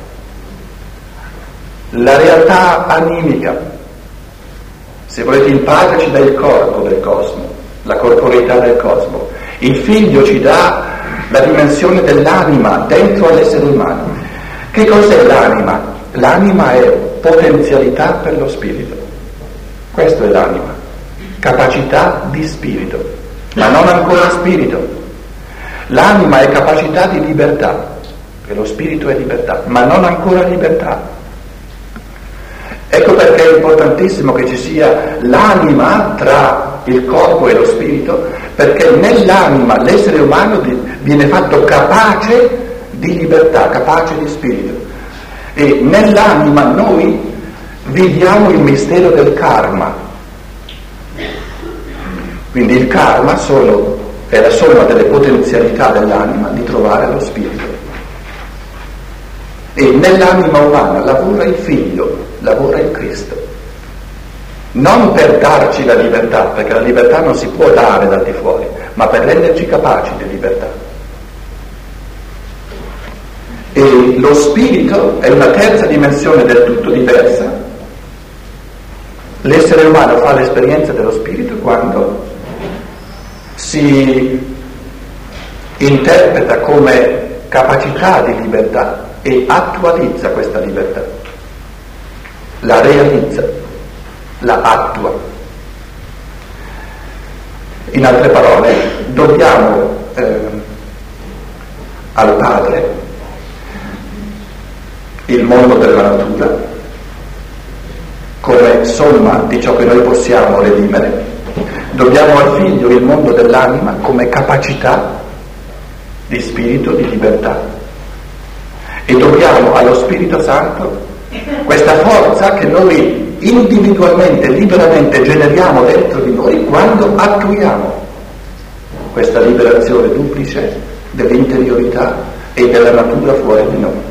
la realtà animica. Se volete, il padre ci dà il corpo del cosmo, la corporeità del cosmo. Il figlio ci dà la dimensione dell'anima dentro all'essere umano. Che cos'è l'anima? L'anima è potenzialità per lo spirito. Questo è l'anima, capacità di spirito, ma non ancora spirito. L'anima è capacità di libertà, e lo spirito è libertà, ma non ancora libertà. Ecco perché è importantissimo che ci sia l'anima tra il corpo e lo spirito, perché nell'anima l'essere umano viene fatto capace di libertà, capace di spirito. E nell'anima noi viviamo il mistero del karma. Quindi il karma è la somma delle potenzialità dell'anima di trovare lo spirito. E nell'anima umana lavora il figlio, lavora il Cristo. Non per darci la libertà, perché la libertà non si può dare dal di fuori, ma per renderci capaci di libertà. E lo spirito è una terza dimensione del tutto diversa. L'essere umano fa l'esperienza dello spirito quando si interpreta come capacità di libertà e attualizza questa libertà, la realizza, la attua. In altre parole, dobbiamo al Padre il mondo della natura come somma di ciò che noi possiamo redimere. Dobbiamo al figlio il mondo dell'anima come capacità di spirito, di libertà, e dobbiamo allo Spirito Santo questa forza che noi individualmente, liberamente generiamo dentro di noi quando attuiamo questa liberazione duplice dell'interiorità e della natura fuori di noi.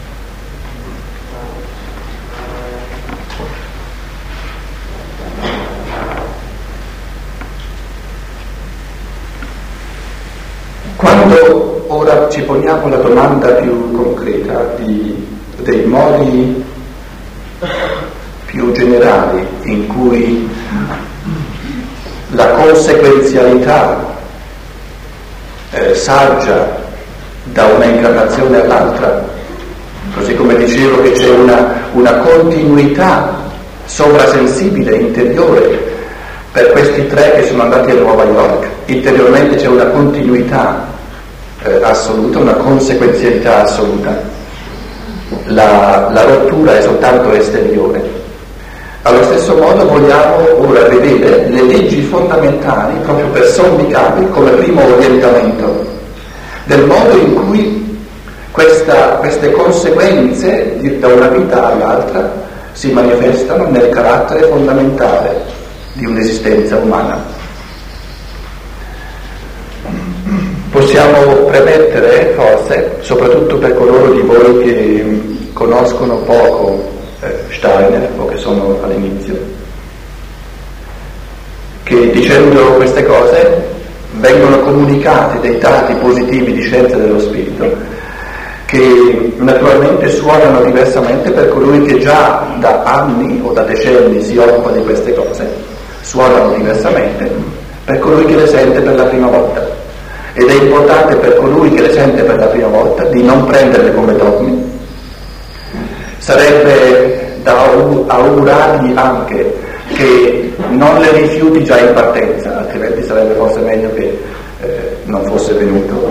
Quando ora ci poniamo la domanda più concreta dei modi più generali in cui la conseguenzialità saggia da una incarnazione all'altra, così come dicevo che c'è una continuità sovrasensibile interiore per questi tre che sono andati a Nuova York, interiormente c'è una continuità assoluta, una conseguenzialità assoluta, la rottura è soltanto esteriore. Allo stesso modo vogliamo ora vedere le leggi fondamentali proprio per sommi capi come primo orientamento del modo in cui queste conseguenze da una vita all'altra si manifestano nel carattere fondamentale di un'esistenza umana. Possiamo premettere, forse, soprattutto per coloro di voi che conoscono poco Steiner o che sono all'inizio, che dicendo queste cose vengono comunicati dei dati positivi di scienza dello spirito che naturalmente suonano diversamente per colui che già da anni o da decenni si occupa di queste cose, suonano diversamente per colui che le sente per la prima volta, ed è importante per colui che le sente per la prima volta di non prenderle come dogmi. Sarebbe da augurargli anche che non le rifiuti già in partenza, altrimenti sarebbe forse meglio che non fosse venuto.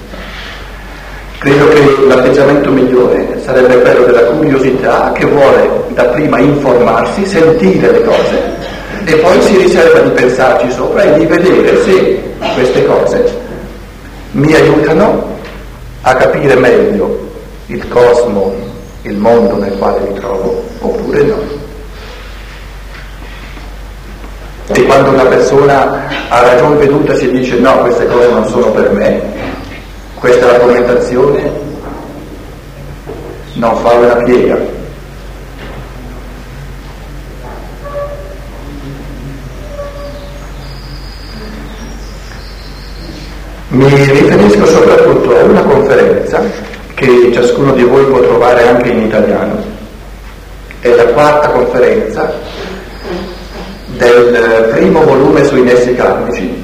Credo che l'atteggiamento migliore sarebbe quello della curiosità che vuole dapprima informarsi, sentire le cose e poi si riserva di pensarci sopra e di vedere se queste cose mi aiutano a capire meglio il cosmo, il mondo nel quale mi trovo, oppure no. E quando una persona ha ragion veduta si dice no, queste cose non sono per me, questa argomentazione non fa una piega. Mi riferisco soprattutto a una conferenza che ciascuno di voi può trovare anche in italiano. È la quarta conferenza del primo volume sui nessi karmici.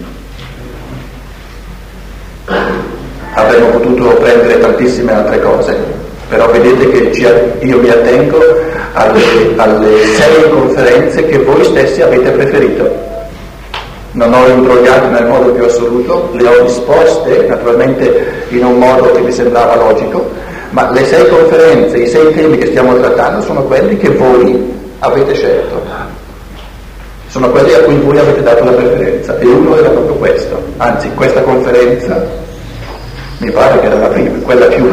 Avremmo potuto prendere tantissime altre cose, però vedete che io mi attengo alle 6 conferenze che voi stessi avete preferito. Non ho imbrogliato nel modo più assoluto, le ho disposte naturalmente in un modo che mi sembrava logico, ma le 6 conferenze, i 6 temi che stiamo trattando sono quelli che voi avete scelto, sono quelli a cui voi avete dato la preferenza, e uno era proprio questo, anzi questa conferenza mi pare che era la prima, quella più...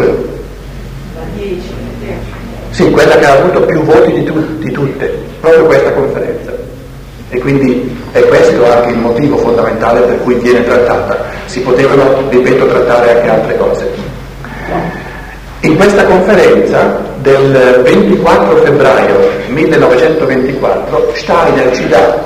Sì, quella che ha avuto più voti di tutte, proprio questa conferenza. E quindi è questo anche il motivo fondamentale per cui viene trattata. Si potevano, ripeto, trattare anche altre cose. In questa conferenza del 24 febbraio 1924 Steiner ci dà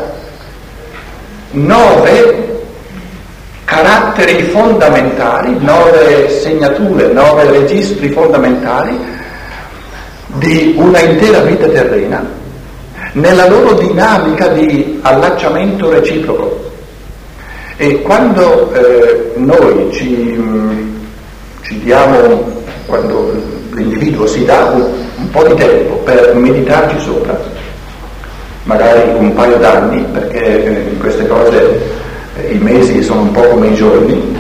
9 caratteri fondamentali, 9 segnature, 9 registri fondamentali di una intera vita terrena nella loro dinamica di allacciamento reciproco. E quando noi ci diamo, quando l'individuo si dà un po' di tempo per meditarci sopra, magari un paio d'anni, perché in queste cose i mesi sono un po' come i giorni,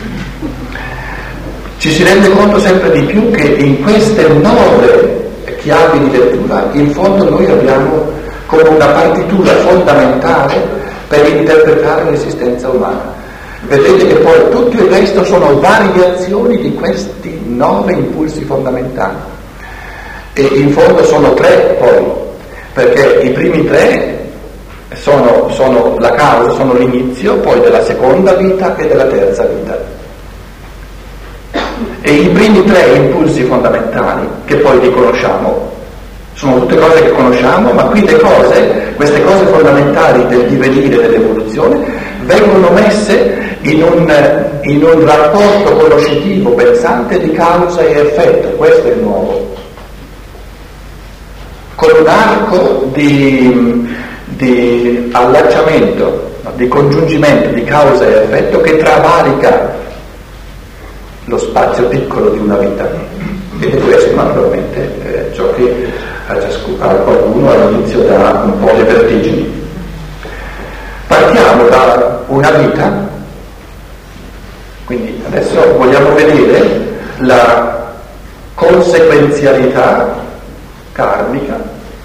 ci si rende conto sempre di più che in queste 9 chiavi di lettura in fondo noi abbiamo come una partitura fondamentale per interpretare l'esistenza umana. Vedete che poi tutto il resto sono variazioni di questi 9 impulsi fondamentali. E in fondo sono tre poi, perché i primi tre sono la causa, sono l'inizio poi della seconda vita e della terza vita. E i primi tre impulsi fondamentali, che poi riconosciamo, sono tutte cose che conosciamo, ma qui queste cose fondamentali del divenire, dell'evoluzione, vengono messe in un rapporto conoscitivo, pensante di causa e effetto. Questo è il nuovo. Con un arco di allacciamento, di congiungimento di causa e effetto che travalica lo spazio piccolo di una vita. Ed è questo naturalmente ciò che a qualcuno all'inizio dà un po' le vertigini. Partiamo da una vita, quindi adesso vogliamo vedere la conseguenzialità karmica,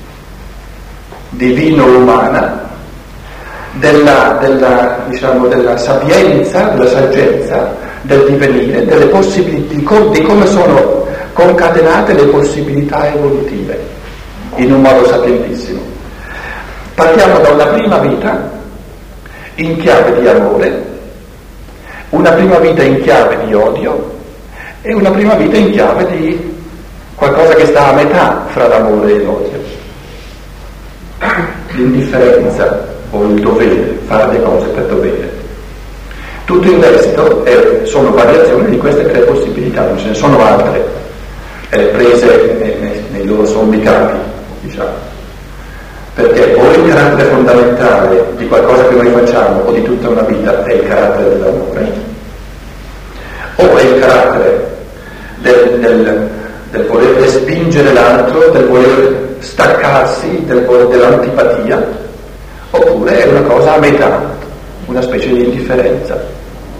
divino-umana, della sapienza, della saggezza, del divenire, delle possibilità, di come sono concatenate le possibilità evolutive in un modo sapientissimo. Partiamo da una prima vita in chiave di amore, una prima vita in chiave di odio e una prima vita in chiave di qualcosa che sta a metà fra l'amore e l'odio. L'indifferenza o il dovere, fare le cose per dovere. Tutto il resto sono variazioni di queste tre possibilità, non ce ne sono altre prese nei loro sommi capi, diciamo. Perché o il carattere fondamentale di qualcosa che noi facciamo o di tutta una vita è il carattere dell'amore, o è il carattere del voler respingere l'altro, del voler staccarsi, dell'antipatia, oppure è una cosa a metà, una specie di indifferenza.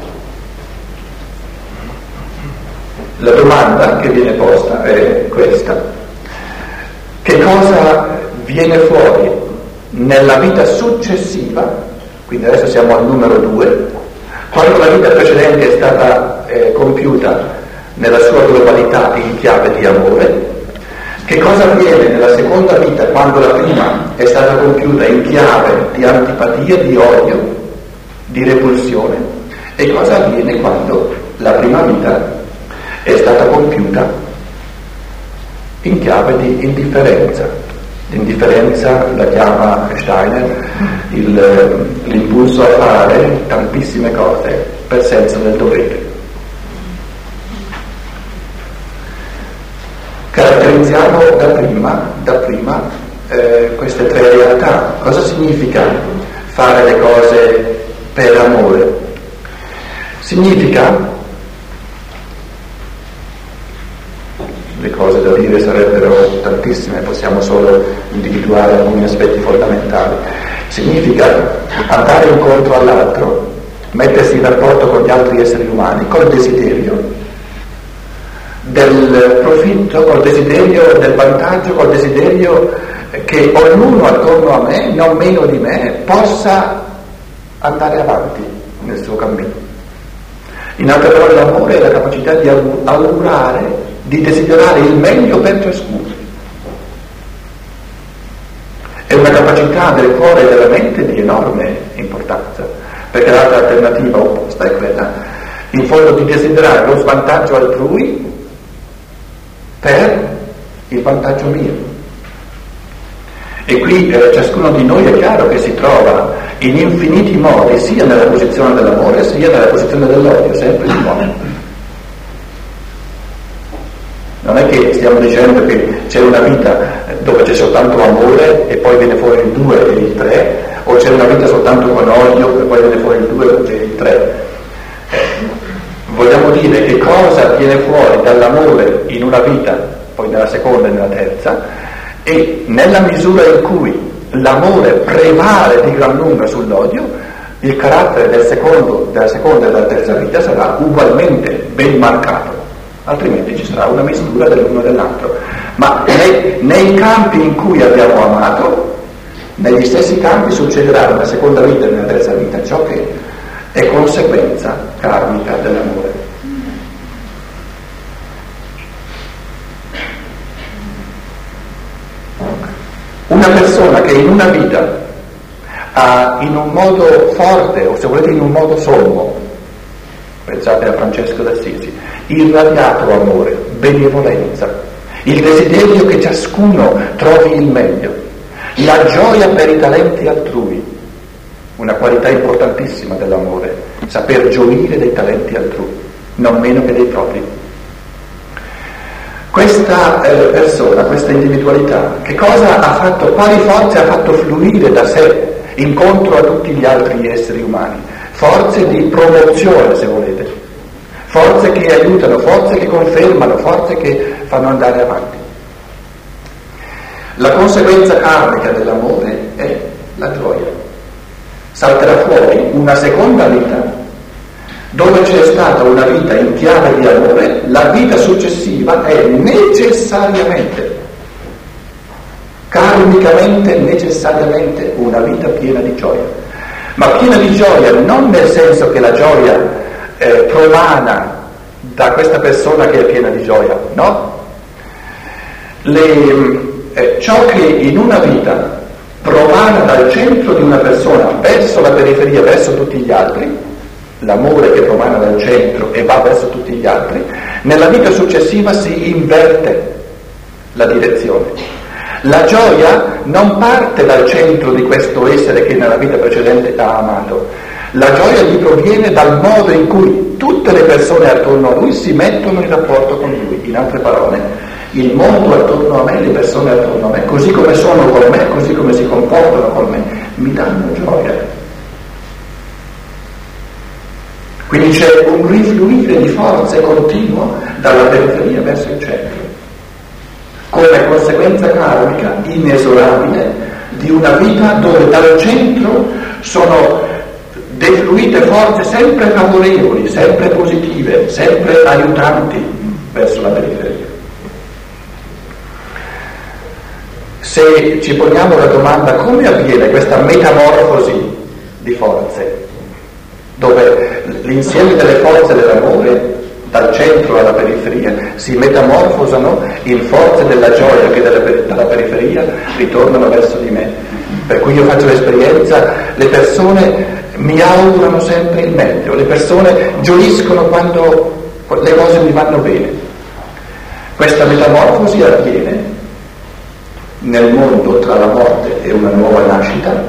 La domanda che viene posta è questa: che cosa viene fuori nella vita successiva, quindi adesso siamo al numero 2, quando la vita precedente è stata compiuta nella sua globalità in chiave di amore, che cosa avviene nella seconda vita quando la prima è stata compiuta in chiave di antipatia, di odio, di repulsione, e cosa avviene quando la prima vita è stata compiuta in chiave di indifferenza. L'indifferenza la chiama Steiner l'impulso a fare tantissime cose per senso del dovere. Caratterizziamo dapprima queste tre realtà. Cosa significa fare le cose per amore? Significa, le cose da dire sarebbero tantissime, possiamo solo individuare alcuni aspetti fondamentali. Significa andare incontro all'altro, mettersi in rapporto con gli altri esseri umani, col desiderio del profitto, col desiderio del vantaggio, col desiderio che ognuno attorno a me, non meno di me, possa andare avanti nel suo cammino. In altre parole, l'amore è la capacità di augurare, di desiderare il meglio per ciascuno. È una capacità del cuore e della mente di enorme importanza, perché l'altra alternativa opposta è quella, in fondo, di desiderare lo svantaggio altrui per il vantaggio mio. E qui ciascuno di noi è chiaro che si trova in infiniti modi, sia nella posizione dell'amore sia nella posizione dell'odio, sempre di nuovo. Non è che stiamo dicendo che c'è una vita dove c'è soltanto amore e poi viene fuori il 2 e il 3, o c'è una vita soltanto con odio e poi viene fuori il 2 e il 3. Vogliamo dire che cosa viene fuori dall'amore in una vita, poi nella seconda e nella terza, e nella misura in cui l'amore prevale di gran lunga sull'odio, il carattere della seconda e della terza vita sarà ugualmente ben marcato, altrimenti ci sarà una misura dell'uno e dell'altro. Ma nei campi in cui abbiamo amato, negli stessi campi succederà nella seconda vita e nella terza vita ciò che è conseguenza karmica dell'amore. che in una vita ha in un modo forte, o se volete in un modo sommo, pensate a Francesco d'Assisi, irradiato amore, benevolenza, il desiderio che ciascuno trovi il meglio, la gioia per i talenti altrui, una qualità importantissima dell'amore, saper gioire dei talenti altrui, non meno che dei propri. Questa persona, questa individualità, che cosa ha fatto, quali forze ha fatto fluire da sé incontro a tutti gli altri esseri umani? Forze di promozione, se volete, forze che aiutano, forze che confermano, forze che fanno andare avanti. La conseguenza karmica dell'amore è la gioia. Salterà fuori una seconda vita, dove c'è stata una vita in chiave di amore, la vita successiva è necessariamente, karmicamente necessariamente, una vita piena di gioia. Ma piena di gioia non nel senso che la gioia promana da questa persona che è piena di gioia, no? Ciò che in una vita promana dal centro di una persona verso la periferia, verso tutti gli altri, l'amore che promana dal centro e va verso tutti gli altri, nella vita successiva si inverte la direzione. La gioia non parte dal centro di questo essere che nella vita precedente ha amato, la gioia gli proviene dal modo in cui tutte le persone attorno a lui si mettono in rapporto con lui. In altre parole, il mondo attorno a me, le persone attorno a me, così come sono con me, così come si comportano con me, mi danno gioia. Quindi c'è un rifluire di forze continuo dalla periferia verso il centro, come conseguenza karmica inesorabile di una vita dove dal centro sono defluite forze sempre favorevoli, sempre positive, sempre aiutanti verso la periferia. Se ci poniamo la domanda come avviene questa metamorfosi di forze, dove l'insieme delle forze dell'amore dal centro alla periferia si metamorfosano in forze della gioia che dalla periferia ritornano verso di me, per cui io faccio l'esperienza, le persone mi augurano sempre il meglio, le persone gioiscono quando le cose mi vanno bene. Questa metamorfosi avviene nel mondo tra la morte e una nuova nascita,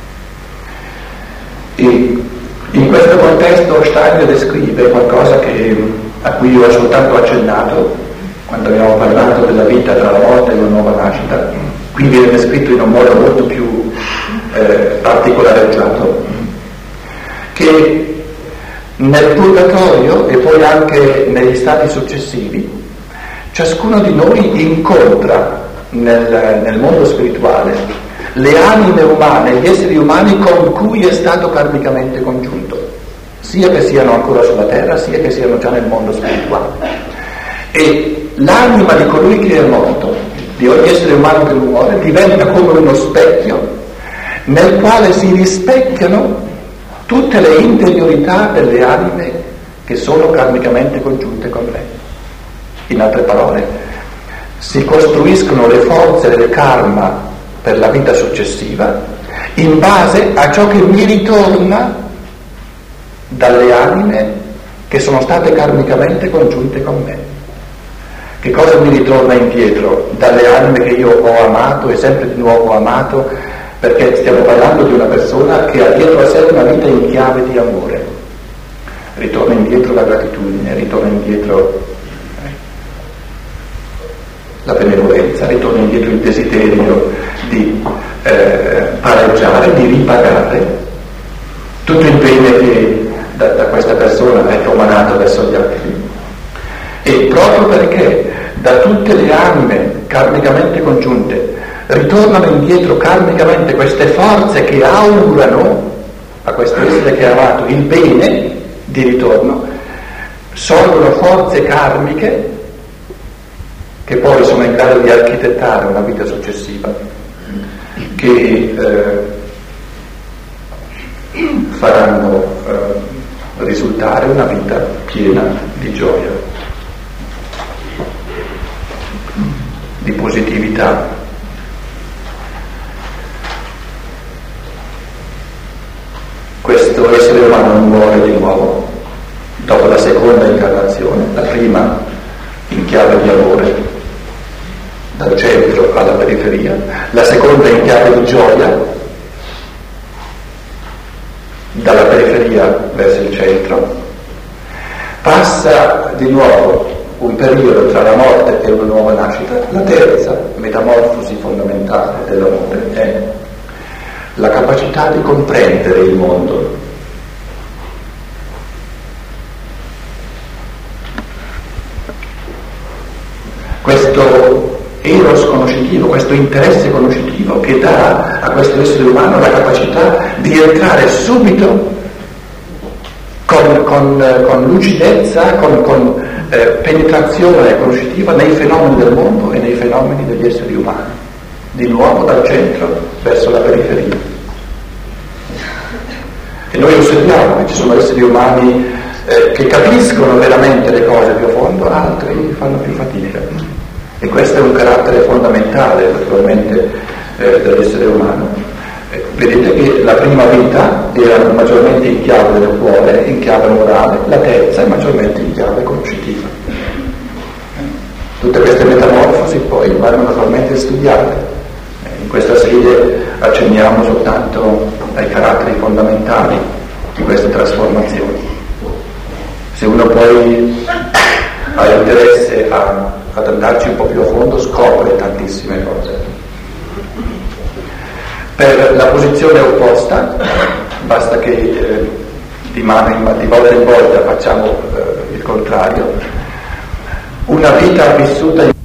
e in questo contesto Steiner descrive qualcosa a cui io ho soltanto accennato quando abbiamo parlato della vita tra la morte e una nuova nascita. Qui viene descritto in un modo molto più particolareggiato, che nel purgatorio e poi anche negli stati successivi ciascuno di noi incontra nel mondo spirituale le anime umane, gli esseri umani con cui è stato karmicamente congiunto, sia che siano ancora sulla terra, sia che siano già nel mondo spirituale. E l'anima di colui che è morto, di ogni essere umano che muore, diventa come uno specchio nel quale si rispecchiano tutte le interiorità delle anime che sono karmicamente congiunte con me. In altre parole, si costruiscono le forze del karma per la vita successiva in base a ciò che mi ritorna dalle anime che sono state karmicamente congiunte con me. Che cosa mi ritorna indietro dalle anime che io ho amato e sempre di nuovo amato, perché stiamo parlando di una persona che ha dietro a sé una vita in chiave di amore. Ritorna indietro la gratitudine, ritorna indietro la benevolenza, ritorna indietro il desiderio di pareggiare, di ripagare tutto il bene che da questa persona è promanato verso gli altri. E proprio perché da tutte le anime karmicamente congiunte ritornano indietro karmicamente queste forze che augurano a questo essere che ha amato il bene di ritorno, sorgono forze karmiche che poi sono in grado di architettare una vita successiva, che faranno risultare una vita piena di gioia, di positività. l'essere umano muore di nuovo dopo la seconda incarnazione, la prima in chiave di amore, dal centro alla periferia, la seconda in chiave di gioia, dalla periferia verso il centro, passa di nuovo un periodo tra la morte e una nuova nascita. La terza metamorfosi fondamentale dell'amore è la capacità di comprendere il mondo. Questo eros conoscitivo, questo interesse conoscitivo che dà a questo essere umano la capacità di entrare subito con lucidezza, con penetrazione conoscitiva nei fenomeni del mondo e nei fenomeni degli esseri umani, di nuovo dal centro verso la periferia. E noi osserviamo che ci sono esseri umani che capiscono veramente le cose più a fondo, altri fanno più fatica. E questo è un carattere fondamentale naturalmente dell'essere umano. Vedete che la prima vita era maggiormente in chiave del cuore, in chiave morale, la terza è maggiormente in chiave conoscitiva. Tutte queste metamorfosi poi vanno naturalmente studiate. In questa sede accenniamo soltanto ai caratteri fondamentali di queste trasformazioni. Se uno poi ha interesse ad andarci un po' più a fondo, scopre tantissime cose. Per la posizione opposta, basta che di volta in volta facciamo il contrario, una vita vissuta in